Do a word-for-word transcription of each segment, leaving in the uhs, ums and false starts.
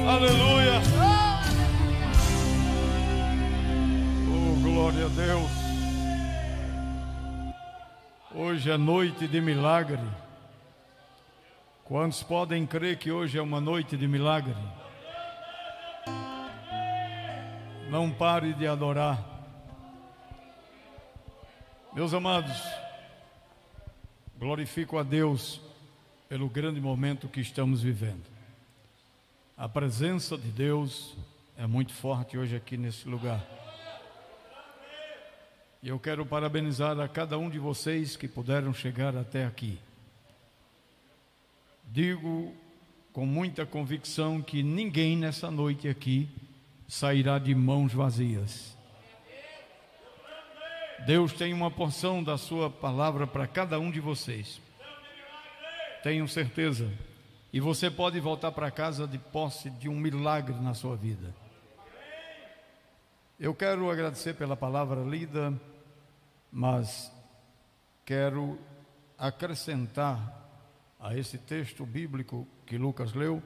Aleluia. Oh, glória a Deus. Hoje é noite de milagre. Quantos podem crer que hoje é uma noite de milagre? Não pare de adorar. Meus amados, glorifico a Deus pelo grande momento que estamos vivendo. A presença de Deus é muito forte hoje aqui nesse lugar. E eu quero parabenizar a cada um de vocês que puderam chegar até aqui. Digo com muita convicção que ninguém nessa noite aqui sairá de mãos vazias. Deus tem uma porção da sua palavra para cada um de vocês. Tenho certeza. E você pode voltar para casa de posse de um milagre na sua vida. Eu quero agradecer pela palavra lida, mas quero acrescentar a esse texto bíblico que Lucas leu,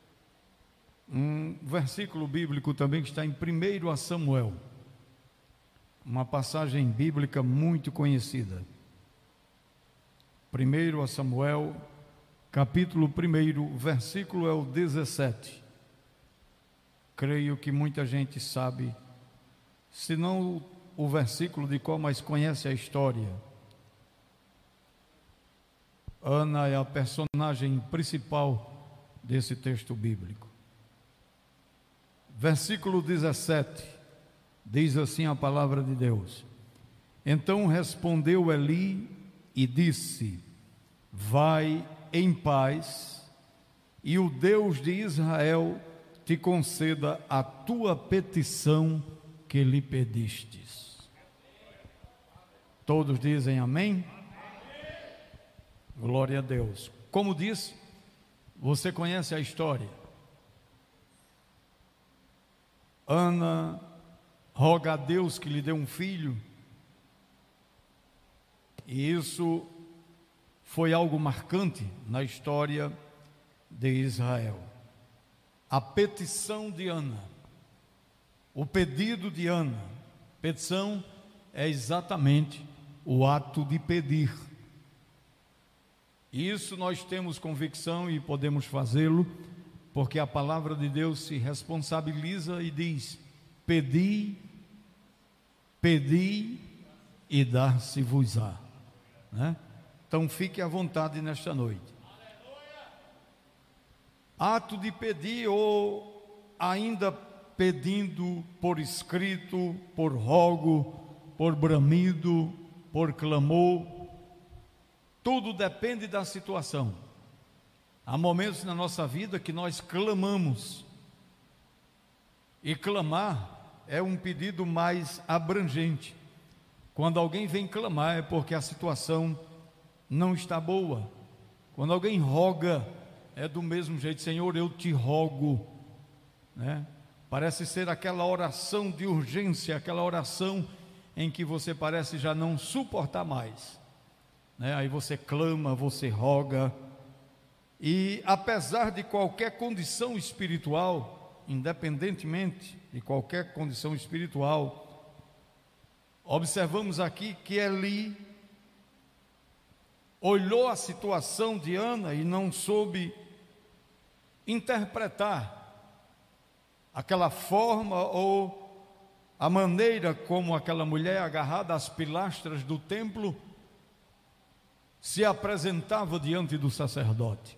um versículo bíblico também que está em primeiro Samuel, uma passagem bíblica muito conhecida. primeiro Samuel, capítulo um, versículo é o dezessete. Creio que muita gente sabe, se não o, o versículo de qual mais conhece a história. Ana é a personagem principal desse texto bíblico. Versículo dezessete, diz assim a palavra de Deus: Então respondeu Eli e disse: Vai em paz, e o Deus de Israel te conceda a tua petição que lhe pedistes. Todos dizem amém? Glória a Deus. Como disse, você conhece a história. Ana roga a Deus que lhe dê um filho, e isso foi algo marcante na história de Israel. A petição de Ana, o pedido de Ana. Petição é exatamente o ato de pedir. Isso nós temos convicção e podemos fazê-lo, porque a palavra de Deus se responsabiliza e diz: pedi, pedi e dar-se-vos-á, né? Então fique à vontade nesta noite. Ato de pedir, ou ainda pedindo por escrito, por rogo, por bramido, por clamor. Tudo depende da situação. Há momentos na nossa vida que nós clamamos. E clamar é um pedido mais abrangente. Quando alguém vem clamar é porque a situação não está boa. Quando alguém roga, é do mesmo jeito: Senhor, eu te rogo, né? Parece ser aquela oração de urgência, aquela oração em que você parece já não suportar mais, né? Aí você clama, você roga. E apesar de qualquer condição espiritual, independentemente de qualquer condição espiritual, observamos aqui que Eli olhou a situação de Ana e não soube interpretar aquela forma ou a maneira como aquela mulher agarrada às pilastras do templo se apresentava diante do sacerdote,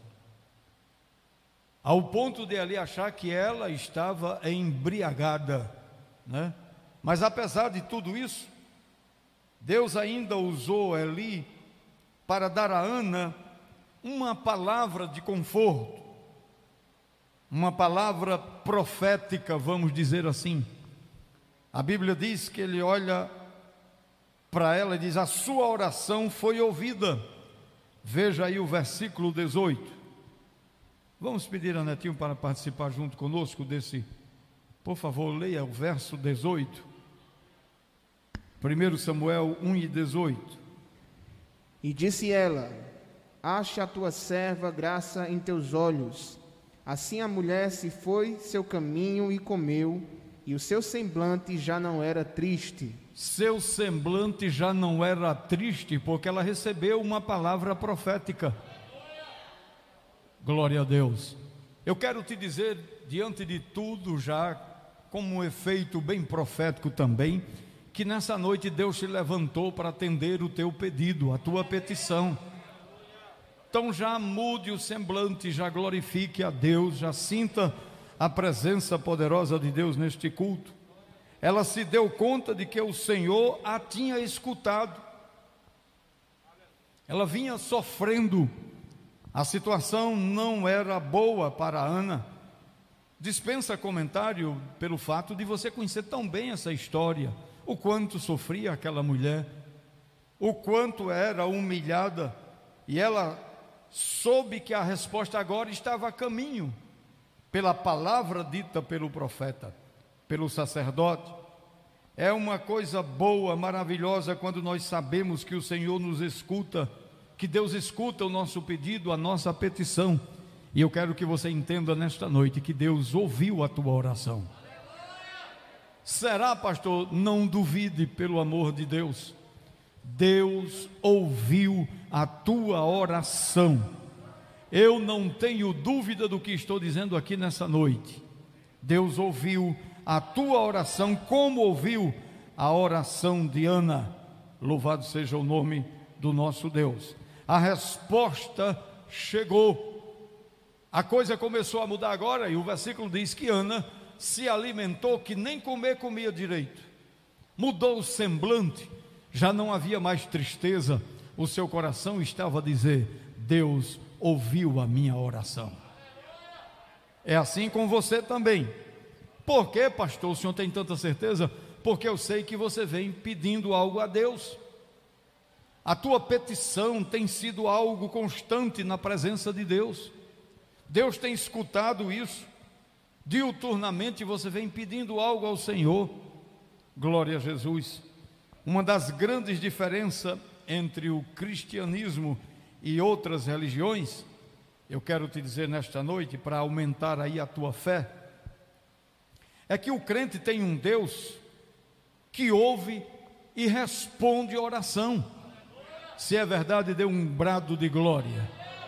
ao ponto de Eli achar que ela estava embriagada, né? Mas apesar de tudo isso, Deus ainda usou Eli para dar a Ana uma palavra de conforto, uma palavra profética, vamos dizer assim. A Bíblia diz que ele olha para ela e diz: a sua oração foi ouvida. Veja aí o versículo dezoito. Vamos pedir a Netinho para participar junto conosco desse. Por favor, leia o verso dezoito. primeiro Samuel um e dezoito. E disse ela: ache a tua serva graça em teus olhos, Assim a mulher se foi seu caminho e comeu, e o seu semblante já não era triste. Seu semblante já não era triste, porque ela recebeu uma palavra profética. Glória a Deus. Eu quero te dizer, diante de tudo já, como um efeito bem profético também, que nessa noite Deus te levantou para atender o teu pedido, a tua petição. Então já mude o semblante, já glorifique a Deus, já sinta a presença poderosa de Deus neste culto. Ela se deu conta de que o Senhor a tinha escutado. Ela vinha sofrendo, a situação não era boa para Ana. Dispensa comentário pelo fato de você conhecer tão bem essa história, o quanto sofria aquela mulher, o quanto era humilhada, e ela soube que a resposta agora estava a caminho, pela palavra dita pelo profeta, pelo sacerdote. É uma coisa boa, maravilhosa, quando nós sabemos que o Senhor nos escuta, que Deus escuta o nosso pedido, a nossa petição. E eu quero que você entenda nesta noite que Deus ouviu a tua oração. Será, pastor? Não duvide, pelo amor de Deus. Deus ouviu a tua oração. Eu não tenho dúvida do que estou dizendo aqui nessa noite. Deus ouviu a tua oração, como ouviu a oração de Ana. Louvado seja o nome do nosso Deus. A resposta chegou. A coisa começou a mudar agora, e o versículo diz que Ana se alimentou que nem comer comia direito. Mudou o semblante. Já não havia mais tristeza, o seu coração estava a dizer: Deus ouviu a minha oração. É assim com você também. Por que, pastor, o senhor tem tanta certeza? Porque eu sei que você vem pedindo algo a Deus. A tua petição tem sido algo constante na presença de Deus. Deus tem escutado isso. Diuturnamente você vem pedindo algo ao Senhor. Glória a Jesus. Uma das grandes diferenças entre o cristianismo e outras religiões, eu quero te dizer nesta noite, para aumentar aí a tua fé, é que o crente tem um Deus que ouve e responde oração. Se é verdade, dê um brado de glória.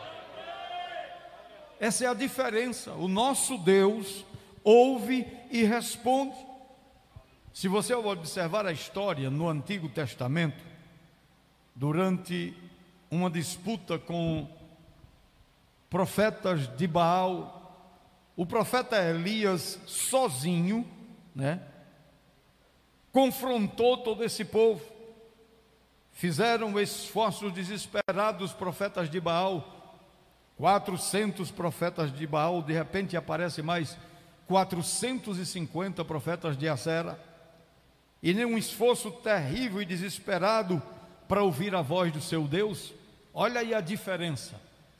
Essa é a diferença. O nosso Deus ouve e responde. Se você observar a história no Antigo Testamento, durante uma disputa com profetas de Baal, o profeta Elias sozinho, né, confrontou todo esse povo. Fizeram esforços desesperados os profetas de Baal, quatrocentos profetas de Baal, de repente aparece mais quatrocentos e cinquenta profetas de Acera, e nenhum esforço terrível e desesperado para ouvir a voz do seu Deus. Olha aí a diferença.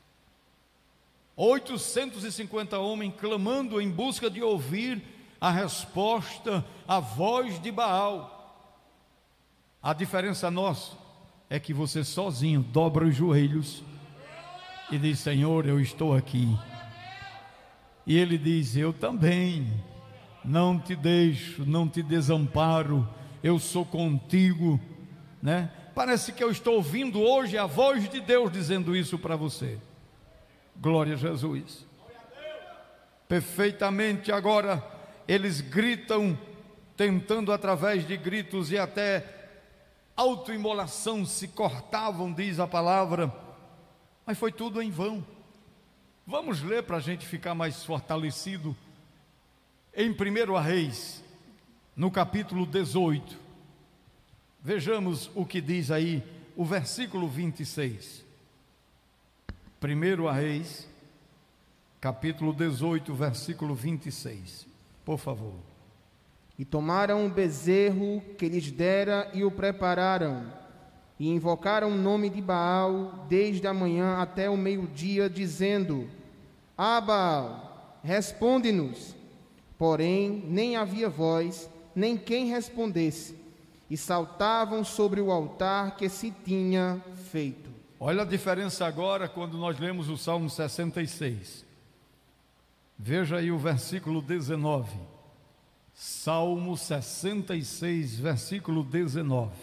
oitocentos e cinquenta homens clamando em busca de ouvir a resposta, a voz de Baal. A diferença nossa é que você sozinho dobra os joelhos e diz: Senhor, eu estou aqui. E ele diz: eu também não te deixo, não te desamparo, eu sou contigo, né? Parece que eu estou ouvindo hoje a voz de Deus dizendo isso para você. Glória a Jesus. Perfeitamente. Agora eles gritam, tentando através de gritos e até autoimolação, se cortavam, diz a palavra, mas foi tudo em vão. Vamos ler para a gente ficar mais fortalecido. Em primeiro Reis, no capítulo dezoito, vejamos o que diz aí o versículo vinte e seis. primeiro Reis, capítulo dezoito, versículo vinte e seis, por favor. E tomaram o bezerro que lhes dera e o prepararam, e invocaram o nome de Baal desde a manhã até o meio-dia, dizendo: Ah, Baal, responde-nos. Porém, nem havia voz, nem quem respondesse, e saltavam sobre o altar que se tinha feito. Olha a diferença agora quando nós lemos o Salmo sessenta e seis. Veja aí o versículo dezenove. Salmo sessenta e seis, versículo dezenove.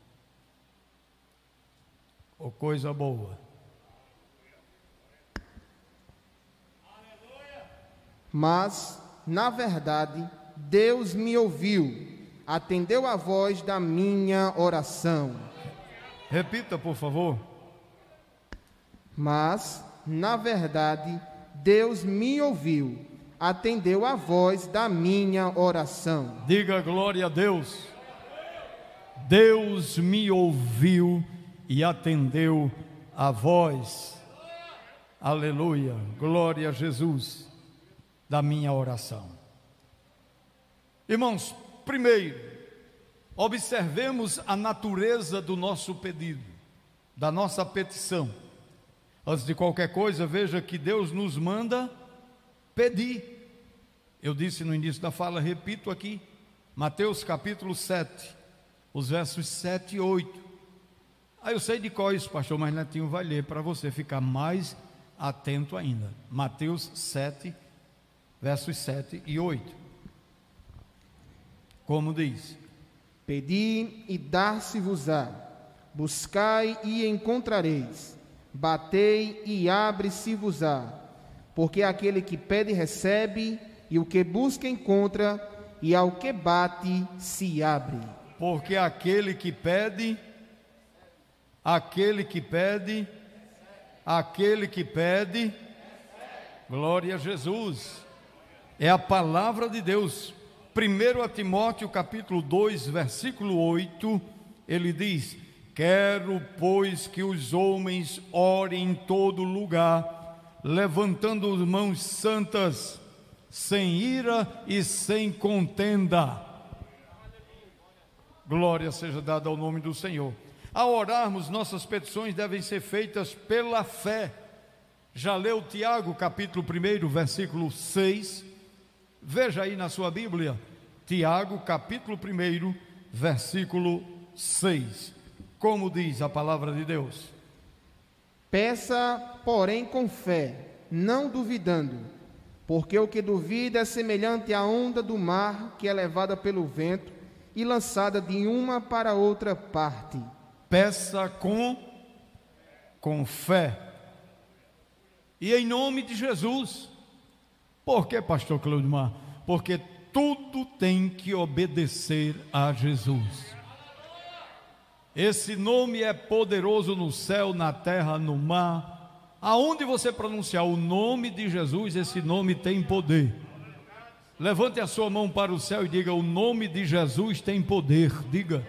Oh, coisa boa. Mas, na verdade, Deus me ouviu, atendeu a voz da minha oração. Repita, por favor. Mas, na verdade, Deus me ouviu, atendeu a voz da minha oração. Diga glória a Deus. Deus me ouviu e atendeu a voz. Aleluia, glória a Jesus, da minha oração. Irmãos, primeiro, observemos a natureza do nosso pedido, da nossa petição. Antes de qualquer coisa, veja que Deus nos manda pedir. Eu disse no início da fala, repito aqui, Mateus capítulo sete, os versos sete e oito. Ah, eu sei de qual é isso, pastor, mas Netinho vai ler para você ficar mais atento ainda. Mateus sete, versos sete e oito. Como diz? Pedi e dar-se-vos-á, buscai e encontrareis, batei e abre-se-vos-á, porque aquele que pede recebe, e o que busca encontra, e ao que bate se abre. Porque aquele que pede, aquele que pede, aquele que pede, glória a Jesus, é a palavra de Deus. Primeiro a Timóteo capítulo dois, versículo oito, ele diz: quero, pois, que os homens orem em todo lugar, levantando as mãos santas, sem ira e sem contenda. Glória seja dada ao nome do Senhor. Ao orarmos, nossas petições devem ser feitas pela fé. Já leu Tiago capítulo um, versículo seis? Veja aí na sua Bíblia, Tiago capítulo um, versículo seis. Como diz a palavra de Deus? Peça, porém, com fé, não duvidando, porque o que duvida é semelhante à onda do mar que é levada pelo vento e lançada de uma para outra parte. Peça com, com fé. E em nome de Jesus. Por que, pastor Cleudemar? Porque tudo tem que obedecer a Jesus. Esse nome é poderoso no céu, na terra, no mar. Aonde você pronunciar o nome de Jesus, esse nome tem poder. Levante a sua mão para o céu e diga: o nome de Jesus tem poder. Diga.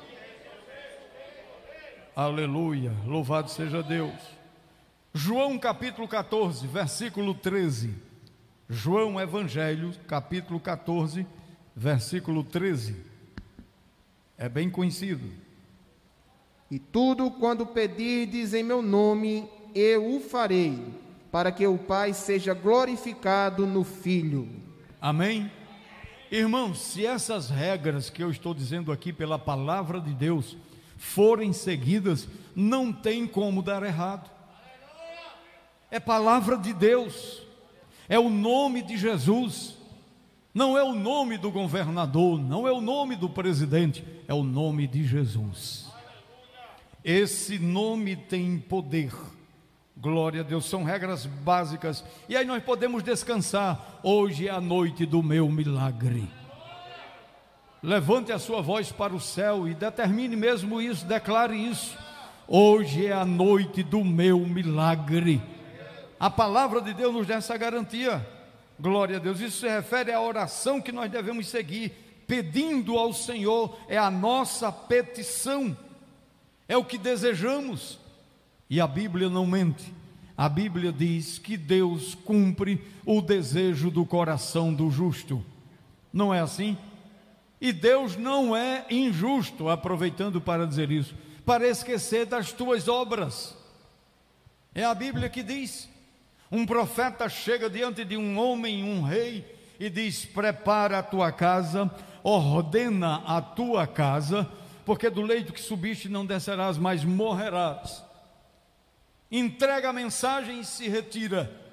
Aleluia, louvado seja Deus. João capítulo catorze, versículo treze. João Evangelho, capítulo catorze, versículo treze. É bem conhecido. E tudo quando pedirdes em meu nome, eu o farei, para que o Pai seja glorificado no Filho. Amém? Irmãos, se essas regras que eu estou dizendo aqui pela palavra de Deus forem seguidas, não tem como dar errado. É palavra de Deus, é o nome de Jesus, não é o nome do governador, não é o nome do presidente, é o nome de Jesus. Esse nome tem poder. Glória a Deus, são regras básicas. E aí nós podemos descansar. Hoje é a noite do meu milagre. Levante a sua voz para o céu e determine mesmo isso, declare isso. Hoje é a noite do meu milagre. A palavra de Deus nos dá essa garantia. Glória a Deus, isso se refere à oração que nós devemos seguir, pedindo ao Senhor, é a nossa petição, é o que desejamos. E a Bíblia não mente. A Bíblia diz que Deus cumpre o desejo do coração do justo. Não é assim? E Deus não é injusto, aproveitando para dizer isso, para esquecer das tuas obras. É a Bíblia que diz. Um profeta chega diante de um homem, um rei, e diz: prepara a tua casa, ordena a tua casa, porque do leito que subiste não descerás, mas morrerás. Entrega a mensagem e se retira.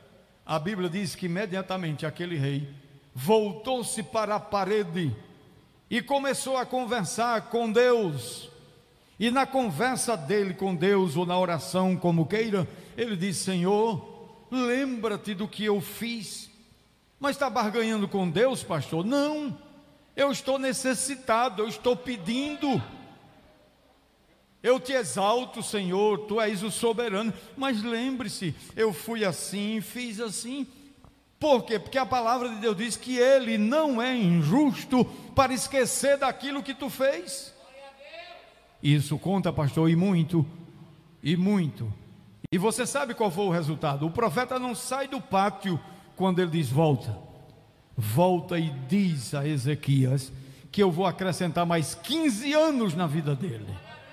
a Bíblia diz que imediatamente aquele rei voltou-se para a parede e começou a conversar com Deus. E na conversa dele com Deus, ou na oração, como queira, ele diz: Senhor, lembra-te do que eu fiz. Mas está barganhando com Deus, pastor? Não, eu estou necessitado, eu estou pedindo. Eu te exalto, Senhor, tu és o soberano, mas lembre-se, eu fui assim, fiz assim. Por quê? Porque a palavra de Deus diz que Ele não é injusto para esquecer daquilo que tu fez. Isso conta, pastor, e muito, e muito. E você sabe qual foi o resultado? O profeta não sai do pátio quando ele diz: volta, volta e diz a Ezequias que eu vou acrescentar mais quinze anos na vida dele.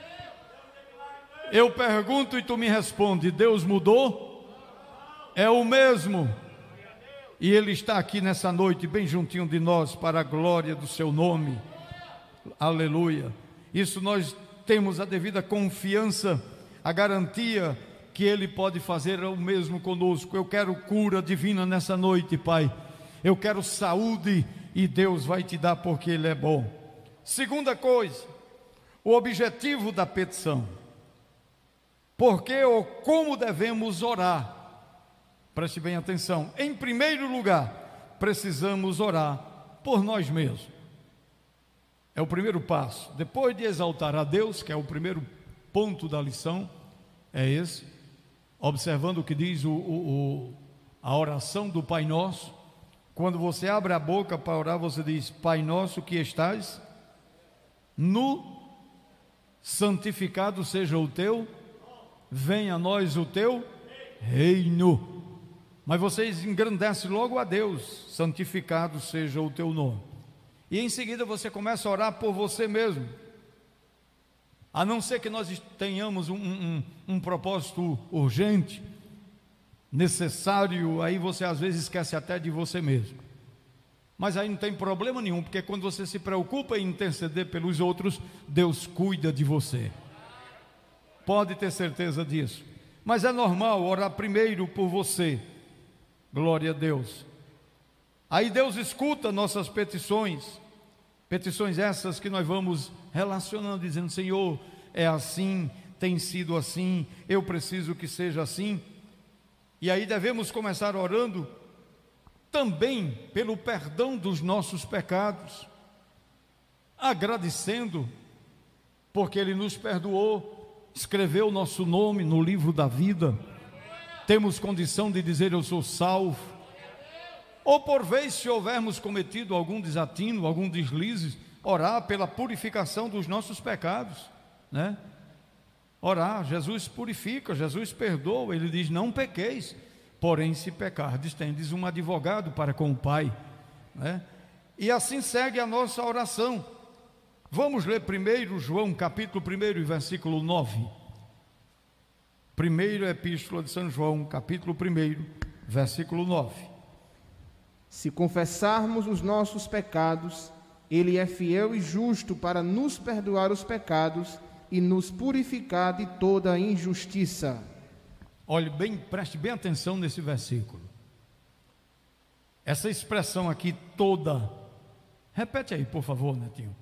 Eu pergunto e tu me responde: Deus mudou? É o mesmo. E Ele está aqui nessa noite, bem juntinho de nós, para a glória do seu nome. Aleluia. Isso nós temos a devida confiança, a garantia que Ele pode fazer o mesmo conosco. Eu quero cura divina nessa noite, Pai. Eu quero saúde, e Deus vai te dar porque Ele é bom. Segunda coisa, o objetivo da petição. Por que ou como devemos orar? Preste bem atenção. Em primeiro lugar, precisamos orar por nós mesmos. É o primeiro passo. Depois de exaltar a Deus, que é o primeiro ponto da lição, é esse. Observando o que diz o, o, o, a oração do Pai Nosso. Quando você abre a boca para orar, você diz: Pai Nosso que estás no, santificado seja o teu, venha a nós o teu reino. Mas vocês engrandecem logo a Deus: santificado seja o teu nome. E em seguida você começa a orar por você mesmo. A não ser que nós tenhamos um, um, um propósito urgente, necessário, aí você às vezes esquece até de você mesmo. Mas aí não tem problema nenhum, porque quando você se preocupa em interceder pelos outros, Deus cuida de você. Pode ter certeza disso. Mas é normal orar primeiro por você. Glória a Deus. Aí Deus escuta nossas petições. Petições essas que nós vamos relacionando, dizendo: Senhor, é assim, tem sido assim, eu preciso que seja assim. E aí devemos começar orando também pelo perdão dos nossos pecados, agradecendo, porque Ele nos perdoou, escreveu o nosso nome no livro da vida. Temos condição de dizer: eu sou salvo. Ou por vez, se houvermos cometido algum desatino, algum deslize, orar pela purificação dos nossos pecados, né? Orar, Jesus purifica, Jesus perdoa. Ele diz: não pequeis, porém se pecardes, tendes um advogado para com o Pai, né? E assim segue a nossa oração. Vamos ler primeiro João capítulo um, versículo nove. Primeira epístola de São João, capítulo um, versículo nove. Se confessarmos os nossos pecados, Ele é fiel e justo para nos perdoar os pecados e nos purificar de toda injustiça. Olhe bem, preste bem atenção nesse versículo. Essa expressão aqui toda, repete aí, por favor, Netinho.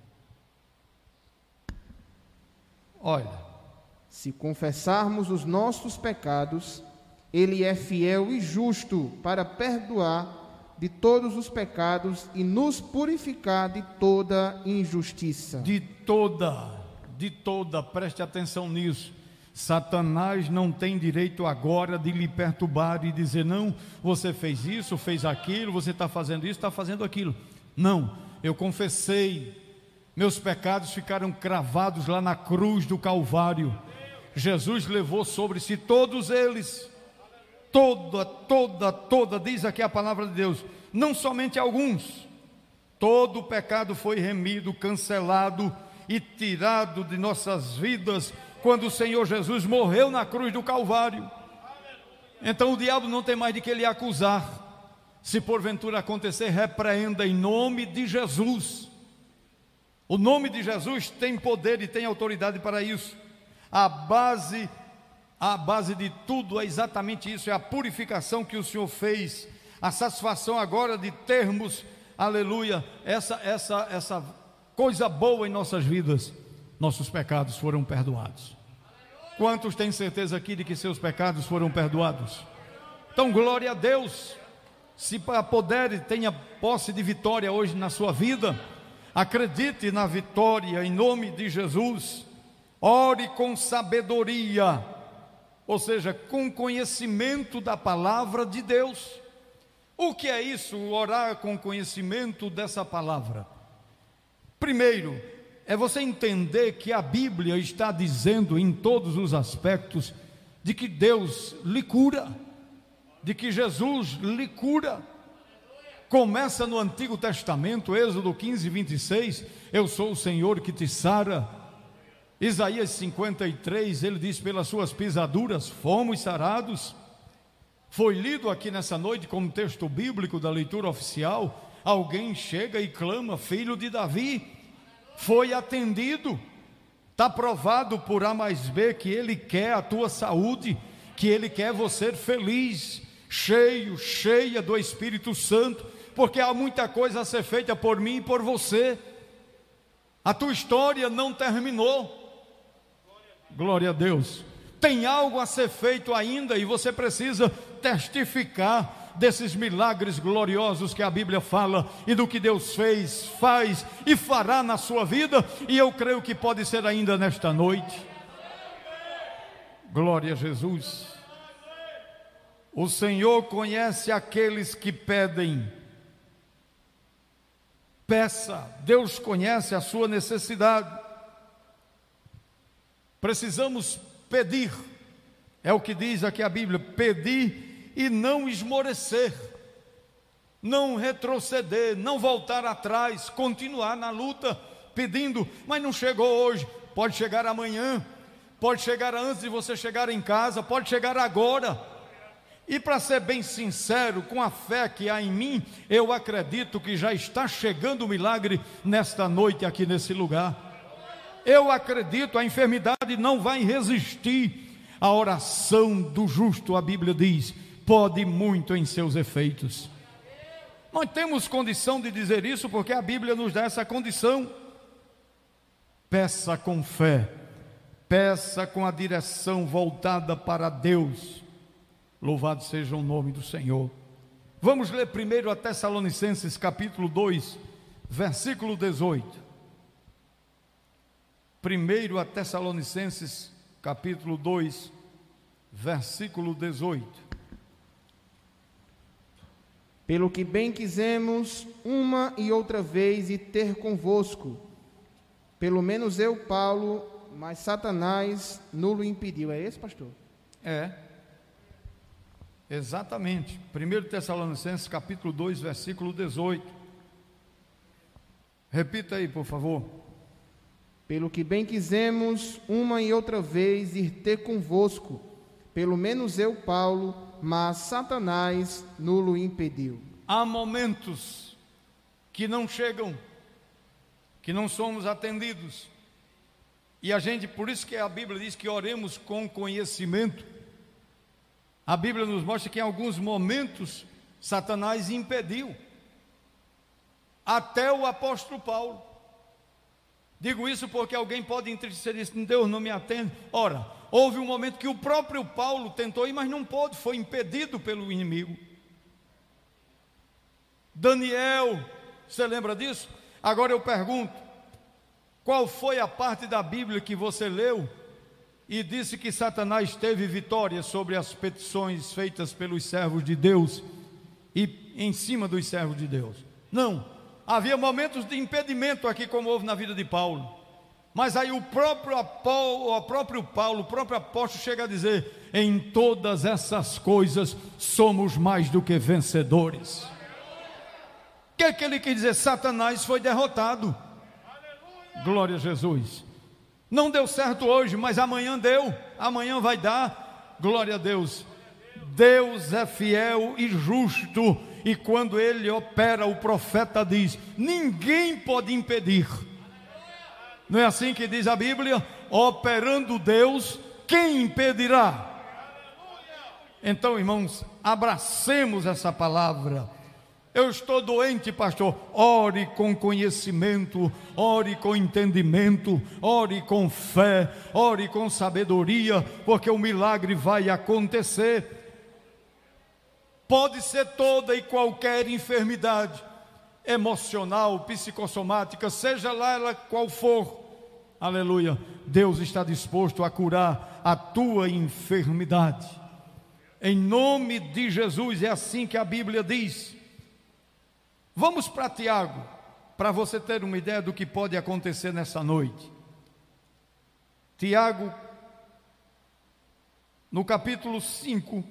Olha, se confessarmos os nossos pecados, Ele é fiel e justo para perdoar de todos os pecados e nos purificar de toda injustiça. De toda, de toda, preste atenção nisso. Satanás não tem direito agora de lhe perturbar e dizer: não, você fez isso, fez aquilo, você está fazendo isso, está fazendo aquilo. Não, eu confessei, meus pecados ficaram cravados lá na cruz do Calvário. Jesus levou sobre si todos eles. Toda, toda, toda, diz aqui a palavra de Deus, não somente alguns. Todo o pecado foi remido, cancelado e tirado de nossas vidas quando o Senhor Jesus morreu na cruz do Calvário. Então o diabo não tem mais de que lhe acusar. Se porventura acontecer, repreenda em nome de Jesus. O nome de Jesus tem poder e tem autoridade para isso. A base a base de tudo é exatamente isso, é a purificação que o Senhor fez, a satisfação agora de termos, aleluia, essa, essa, essa coisa boa em nossas vidas. Nossos pecados foram perdoados. Quantos têm certeza aqui de que seus pecados foram perdoados? Então, glória a Deus. Se puder, tenha posse de vitória hoje na sua vida. Acredite na vitória em nome de Jesus. Ore com sabedoria, ou seja, com conhecimento da palavra de Deus. O que é isso, orar com conhecimento dessa palavra? Primeiro, é você entender que a Bíblia está dizendo em todos os aspectos de que Deus lhe cura, de que Jesus lhe cura. Começa no Antigo Testamento, Êxodo quinze, vinte e seis, eu sou o Senhor que te sara. Isaías cinquenta e três, ele diz, pelas suas pisaduras fomos sarados. Foi lido aqui nessa noite como texto bíblico da leitura oficial. Alguém chega e clama, filho de Davi, foi atendido. Está provado por A mais B que ele quer a tua saúde, que ele quer você feliz, cheio, cheia do Espírito Santo, porque há muita coisa a ser feita por mim e por você. A tua história não terminou. Glória a Deus. Tem algo a ser feito ainda e você precisa testificar desses milagres gloriosos que a Bíblia fala e do que Deus fez, faz e fará na sua vida, e eu creio que pode ser ainda nesta noite. Glória a Jesus. O Senhor conhece aqueles que pedem. Peça, Deus conhece a sua necessidade. Precisamos pedir, é o que diz aqui a Bíblia, pedir e não esmorecer, não retroceder, não voltar atrás, continuar na luta, pedindo, mas não chegou hoje, pode chegar amanhã, pode chegar antes de você chegar em casa, pode chegar agora. E para ser bem sincero, com a fé que há em mim, eu acredito que já está chegando o milagre nesta noite aqui nesse lugar. Eu acredito, a enfermidade não vai resistir à oração do justo, a Bíblia diz, pode muito em seus efeitos. Nós temos condição de dizer isso porque a Bíblia nos dá essa condição. Peça com fé, peça com a direção voltada para Deus. Louvado seja o nome do Senhor. Vamos ler primeiro a Tessalonicenses capítulo dois, versículo dezoito. Primeiro a Tessalonicenses capítulo dois, versículo dezoito. Pelo que bem quisemos uma e outra vez ir ter convosco, pelo menos eu, Paulo, mas Satanás nulo impediu. É esse, pastor? É, exatamente. Primeiro Tessalonicenses capítulo dois, versículo dezoito. Repita aí, por favor. Pelo que bem quisemos uma e outra vez ir ter convosco, pelo menos eu, Paulo, mas Satanás nulo impediu. Há momentos que não chegam, que não somos atendidos, e a gente, por isso que a Bíblia diz que oremos com conhecimento. A Bíblia nos mostra que em alguns momentos Satanás impediu, até o apóstolo Paulo. Digo isso porque alguém pode entristecer e dizer, Deus não me atende. Ora, houve um momento que o próprio Paulo tentou ir, mas não pôde, foi impedido pelo inimigo. Daniel, você lembra disso? Agora eu pergunto, qual foi a parte da Bíblia que você leu e disse que Satanás teve vitória sobre as petições feitas pelos servos de Deus e em cima dos servos de Deus? Não. Havia momentos de impedimento aqui, como houve na vida de Paulo. Mas aí o próprio, Apolo, o próprio Paulo, o próprio apóstolo chega a dizer, em todas essas coisas somos mais do que vencedores. O que é que ele quer dizer? Satanás foi derrotado. Glória a Jesus. Não deu certo hoje, mas amanhã deu, amanhã vai dar. Glória a Deus. Deus é fiel e justo, e quando Ele opera, o profeta diz, ninguém pode impedir. Não é assim que diz a Bíblia? Operando Deus, quem impedirá? Então, irmãos, abracemos essa palavra. Eu estou doente, pastor. Ore com conhecimento, ore com entendimento, ore com fé, ore com sabedoria, porque o milagre vai acontecer. Pode ser toda e qualquer enfermidade, emocional, psicossomática, seja lá ela qual for. Aleluia. Deus está disposto a curar a tua enfermidade. Em nome de Jesus, é assim que a Bíblia diz. Vamos para Tiago, para você ter uma ideia do que pode acontecer nessa noite. Tiago, no capítulo cinco,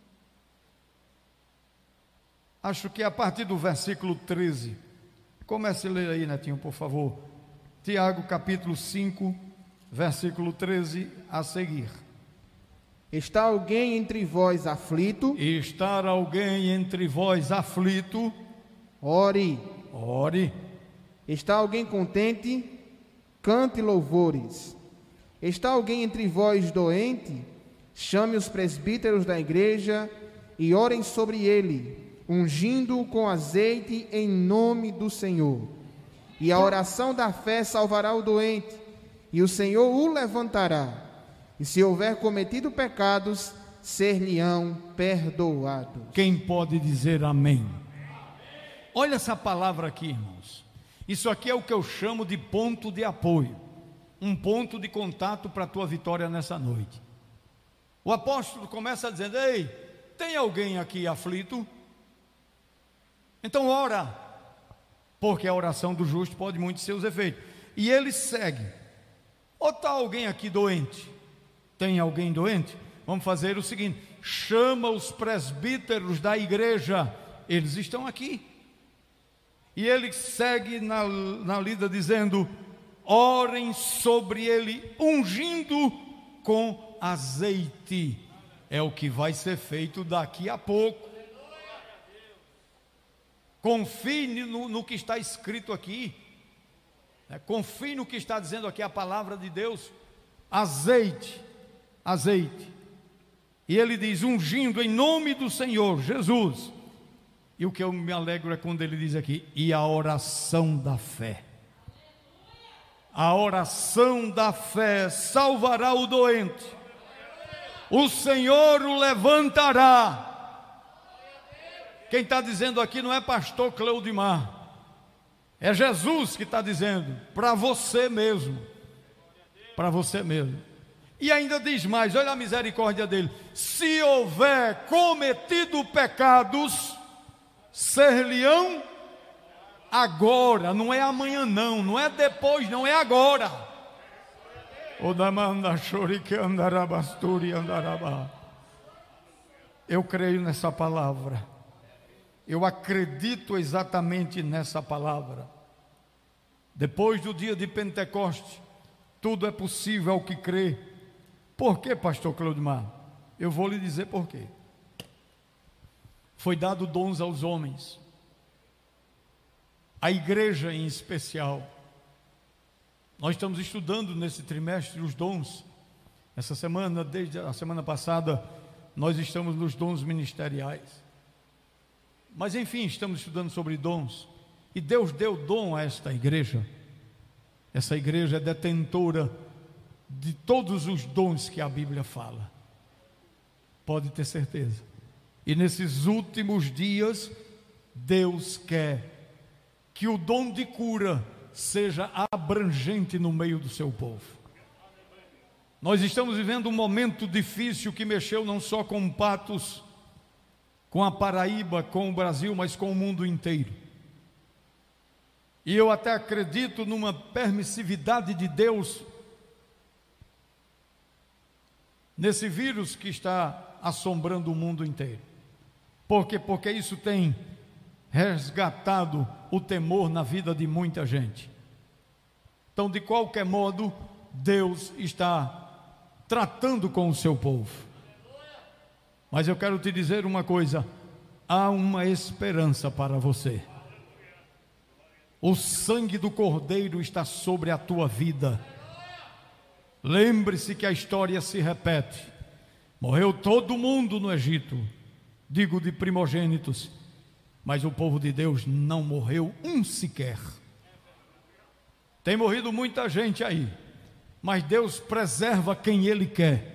acho que é a partir do versículo treze. Comece a ler aí, Netinho, por favor. Tiago, capítulo cinco, versículo treze, a seguir. Está alguém entre vós aflito? Está alguém entre vós aflito? Ore. Ore. Está alguém contente? Cante louvores. Está alguém entre vós doente? Chame os presbíteros da igreja e orem sobre ele, ungindo-o com azeite em nome do Senhor. E a oração da fé salvará o doente, e o Senhor o levantará. E se houver cometido pecados, ser-lhe-ão perdoados. Quem pode dizer amém? Olha essa palavra aqui, irmãos. Isso aqui é o que eu chamo de ponto de apoio, um ponto de contato para a tua vitória nessa noite. O apóstolo começa dizendo: ei, tem alguém aqui aflito? Então ora, porque a oração do justo pode muito ser os efeitos. E ele segue: ou está alguém aqui doente? Tem alguém doente? Vamos fazer o seguinte: chama os presbíteros da igreja, eles estão aqui. E ele segue na, na lida dizendo: orem sobre ele, ungindo com azeite. É o que vai ser feito daqui a pouco. Confie no, no que está escrito aqui, né? Confie no que está dizendo aqui a palavra de Deus. Azeite, azeite. E ele diz: ungindo em nome do Senhor Jesus. E o que eu me alegro é quando ele diz aqui: e a oração da fé. A oração da fé salvará o doente, o Senhor o levantará. Quem está dizendo aqui não é pastor Cleudimar, é Jesus que está dizendo, para você mesmo, para você mesmo. E ainda diz mais, olha a misericórdia dele: se houver cometido pecados, ser-lhe-ão agora, não é amanhã não, não é depois, não é agora. Eu creio nessa palavra, eu acredito exatamente nessa palavra. Depois do dia de Pentecostes, tudo é possível ao que crê. Por quê, pastor Cleudimar? Eu vou lhe dizer por quê. Foi dado dons aos homens, a igreja em especial. Nós estamos estudando nesse trimestre os dons. Essa semana, desde a semana passada, nós estamos nos dons ministeriais. Mas enfim, estamos estudando sobre dons. E Deus deu dom a esta igreja. Essa igreja é detentora de todos os dons que a Bíblia fala. Pode ter certeza. E nesses últimos dias, Deus quer que o dom de cura seja abrangente no meio do seu povo. Nós estamos vivendo um momento difícil que mexeu não só com Patos, com a Paraíba, com o Brasil, mas com o mundo inteiro. E eu até acredito numa permissividade de Deus nesse vírus que está assombrando o mundo inteiro. Por quê? Porque isso tem resgatado o temor na vida de muita gente. Então, de qualquer modo, Deus está tratando com o seu povo. Mas eu quero te dizer uma coisa: há uma esperança para você. O sangue do Cordeiro está sobre a tua vida. Lembre-se que a história se repete. Morreu todo mundo no Egito, digo de primogênitos, mas o povo de Deus não morreu um sequer. Tem morrido muita gente aí, mas Deus preserva quem Ele quer.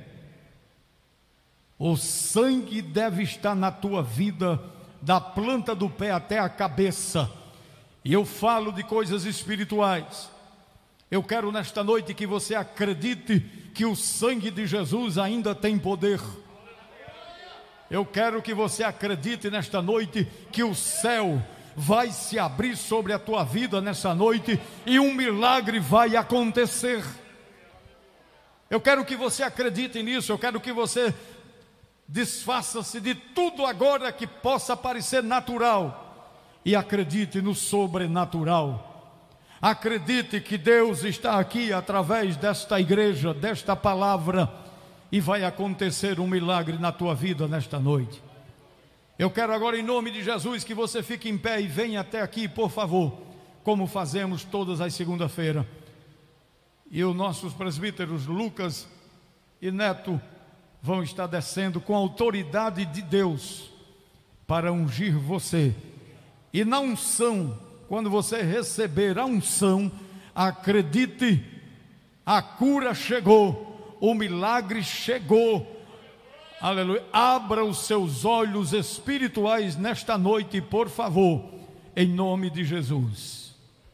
O sangue deve estar na tua vida, da planta do pé até a cabeça. E eu falo de coisas espirituais. Eu quero nesta noite que você acredite que o sangue de Jesus ainda tem poder. Eu quero que você acredite nesta noite que o céu vai se abrir sobre a tua vida nessa noite e um milagre vai acontecer. Eu quero que você acredite nisso. Eu quero que você desfaça-se de tudo agora que possa parecer natural e acredite no sobrenatural. Acredite que Deus está aqui através desta igreja, desta palavra, e vai acontecer um milagre na tua vida nesta noite. Eu quero agora, em nome de Jesus, que você fique em pé e venha até aqui, por favor, como fazemos todas as segundas-feiras. E os nossos presbíteros Lucas e Neto vão estar descendo com a autoridade de Deus para ungir você. E na unção, quando você receber a unção, acredite, a cura chegou, o milagre chegou. Aleluia. Abra os seus olhos espirituais nesta noite, por favor, em nome de Jesus.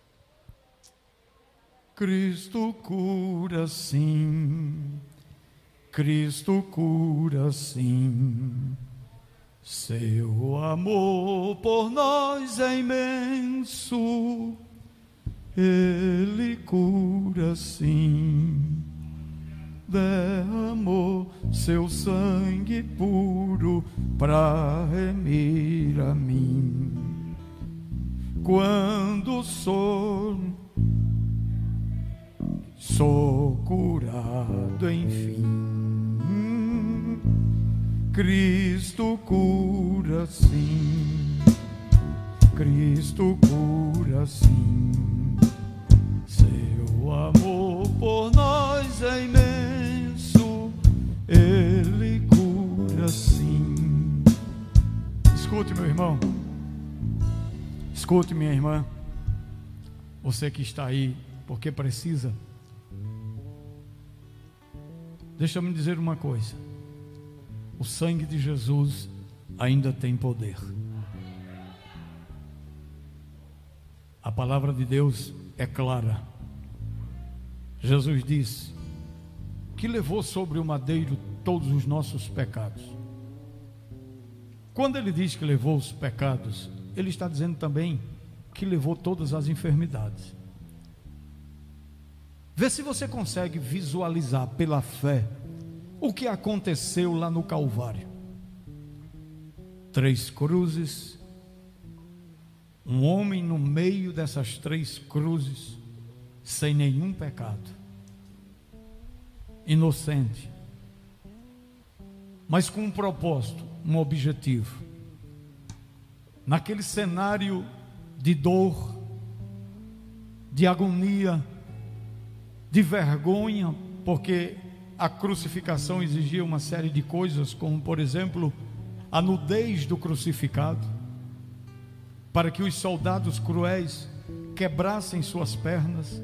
Cristo cura sim, Cristo cura sim, seu amor por nós é imenso, Ele cura sim, derramou seu sangue puro para remir a mim. Quando sou, sou curado enfim. Cristo cura sim, Cristo cura sim, seu amor por nós é imenso, Ele cura sim. Escute, meu irmão, escute, minha irmã, você que está aí, porque precisa. Deixa eu me dizer uma coisa: o sangue de Jesus ainda tem poder. A palavra de Deus é clara. Jesus disse que levou sobre o madeiro todos os nossos pecados. Quando ele diz que levou os pecados, ele está dizendo também que levou todas as enfermidades. Vê se você consegue visualizar pela fé o que aconteceu lá no Calvário. Três cruzes, um homem no meio dessas três cruzes, sem nenhum pecado, inocente, mas com um propósito, um objetivo. Naquele cenário de dor, de agonia, de vergonha, porque a crucificação exigia uma série de coisas, como por exemplo, a nudez do crucificado, para que os soldados cruéis quebrassem suas pernas,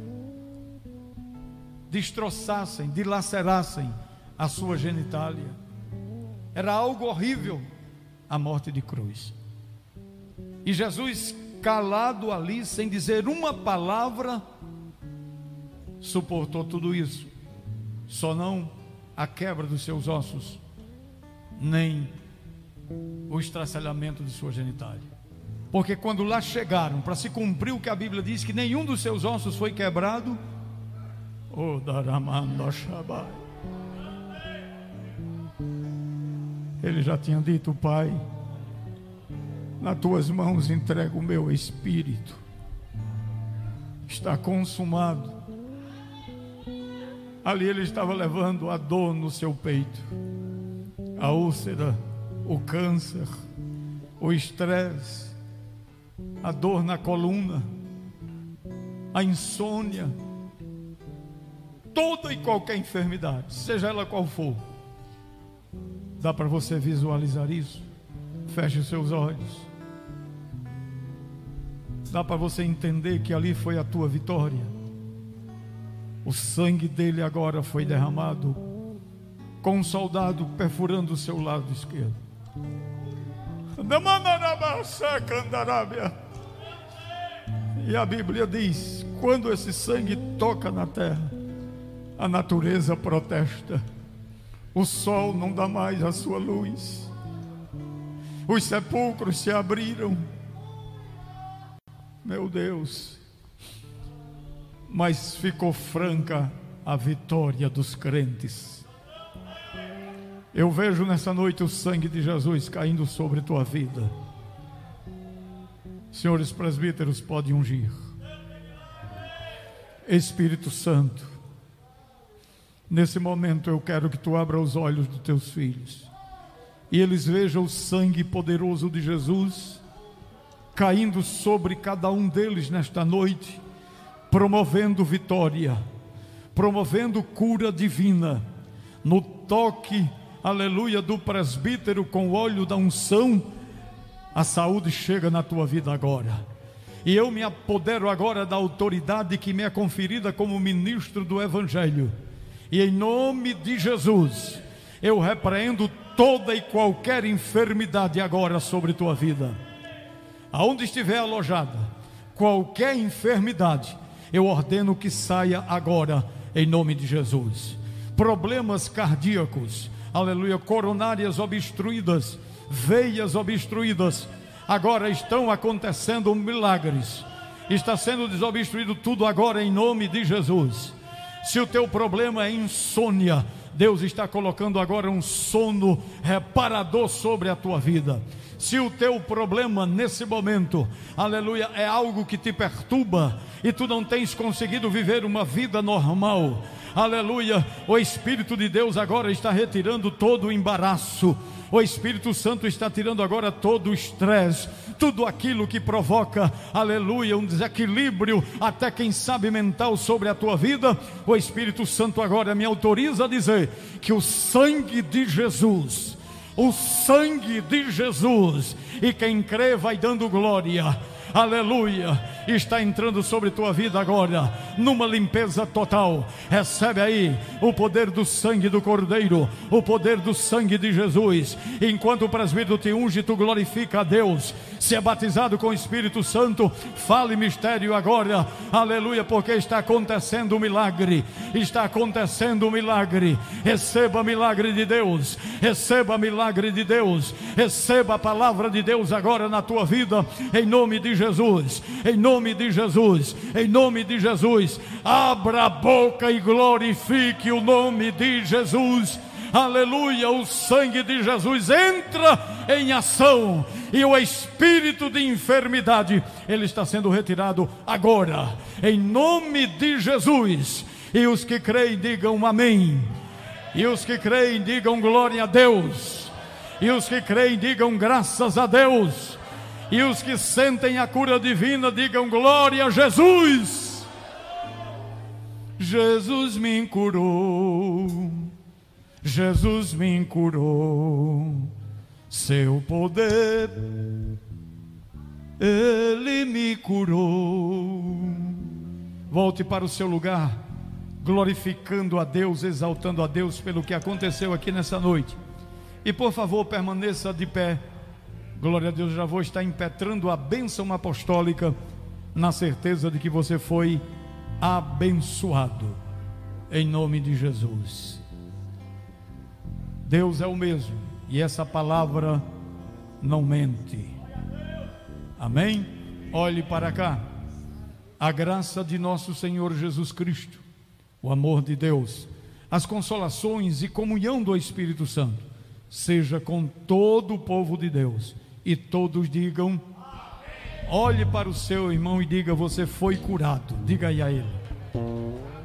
destroçassem, dilacerassem a sua genitália. Era algo horrível a morte de cruz. E Jesus, calado ali, sem dizer uma palavra, suportou tudo isso. Só não a quebra dos seus ossos, nem o estraçalhamento de sua genitália. Porque quando lá chegaram, para se cumprir o que a Bíblia diz, que nenhum dos seus ossos foi quebrado, oh, Daramando Shabai, ele já tinha dito: Pai, nas tuas mãos entrego o meu espírito, está consumado. Ali ele estava levando a dor no seu peito, a úlcera, o câncer, o estresse, a dor na coluna, a insônia, toda e qualquer enfermidade, seja ela qual for. Dá para você visualizar isso? Feche os seus olhos. Dá para você entender que ali foi a tua vitória. O sangue dele agora foi derramado, com um soldado perfurando o seu lado esquerdo. E a Bíblia diz: quando esse sangue toca na terra, a natureza protesta. O sol não dá mais a sua luz. Os sepulcros se abriram. Meu Deus. Mas ficou franca a vitória dos crentes. Eu vejo nessa noite o sangue de Jesus caindo sobre tua vida. Senhores presbíteros, podem ungir. Espírito Santo, nesse momento eu quero que tu abra os olhos dos teus filhos e eles vejam o sangue poderoso de Jesus caindo sobre cada um deles nesta noite, promovendo vitória, promovendo cura divina. No toque, aleluia, do presbítero com o óleo da unção, a saúde chega na tua vida agora. E eu me apodero agora da autoridade que me é conferida como ministro do Evangelho. E em nome de Jesus, eu repreendo toda e qualquer enfermidade agora sobre tua vida. Aonde estiver alojada qualquer enfermidade, eu ordeno que saia agora em nome de Jesus. Problemas cardíacos, aleluia, coronárias obstruídas, veias obstruídas, agora estão acontecendo milagres. Está sendo desobstruído tudo agora em nome de Jesus. Se o teu problema é insônia, Deus está colocando agora um sono reparador sobre a tua vida. Se o teu problema nesse momento, aleluia, é algo que te perturba e tu não tens conseguido viver uma vida normal, aleluia, o Espírito de Deus agora está retirando todo o embaraço. O Espírito Santo está tirando agora todo o estresse, tudo aquilo que provoca, aleluia, um desequilíbrio, até quem sabe mental sobre a tua vida. O Espírito Santo agora me autoriza a dizer que o sangue de Jesus, o sangue de Jesus, e quem crê vai dando glória, aleluia, está entrando sobre tua vida agora, numa limpeza total. Recebe aí o poder do sangue do Cordeiro, o poder do sangue de Jesus. Enquanto o presbítero te unge, tu glorifica a Deus. Se é batizado com o Espírito Santo, fale mistério agora, aleluia, porque está acontecendo um milagre, está acontecendo um milagre. Receba milagre de Deus, receba milagre de Deus, receba a palavra de Deus agora na tua vida, em nome de Jesus, em nome de Jesus, em nome de Jesus. Abra a boca e glorifique o nome de Jesus. Aleluia, o sangue de Jesus entra em ação e o espírito de enfermidade, ele está sendo retirado agora, em nome de Jesus. E os que creem digam amém, e os que creem digam glória a Deus, e os que creem digam graças a Deus, e os que sentem a cura divina digam glória a Jesus. Jesus me curou, Jesus me curou, seu poder, Ele me curou. Volte para o seu lugar, glorificando a Deus, exaltando a Deus pelo que aconteceu aqui nessa noite. E por favor, permaneça de pé. Glória a Deus, já vou estar impetrando a bênção apostólica, na certeza de que você foi abençoado, em nome de Jesus. Deus é o mesmo, e essa palavra não mente. Amém? Olhe para cá. A graça de nosso Senhor Jesus Cristo, o amor de Deus, as consolações e comunhão do Espírito Santo, seja com todo o povo de Deus. E todos digam amém. Olhe para o seu irmão e diga: você foi curado. Diga aí a ele.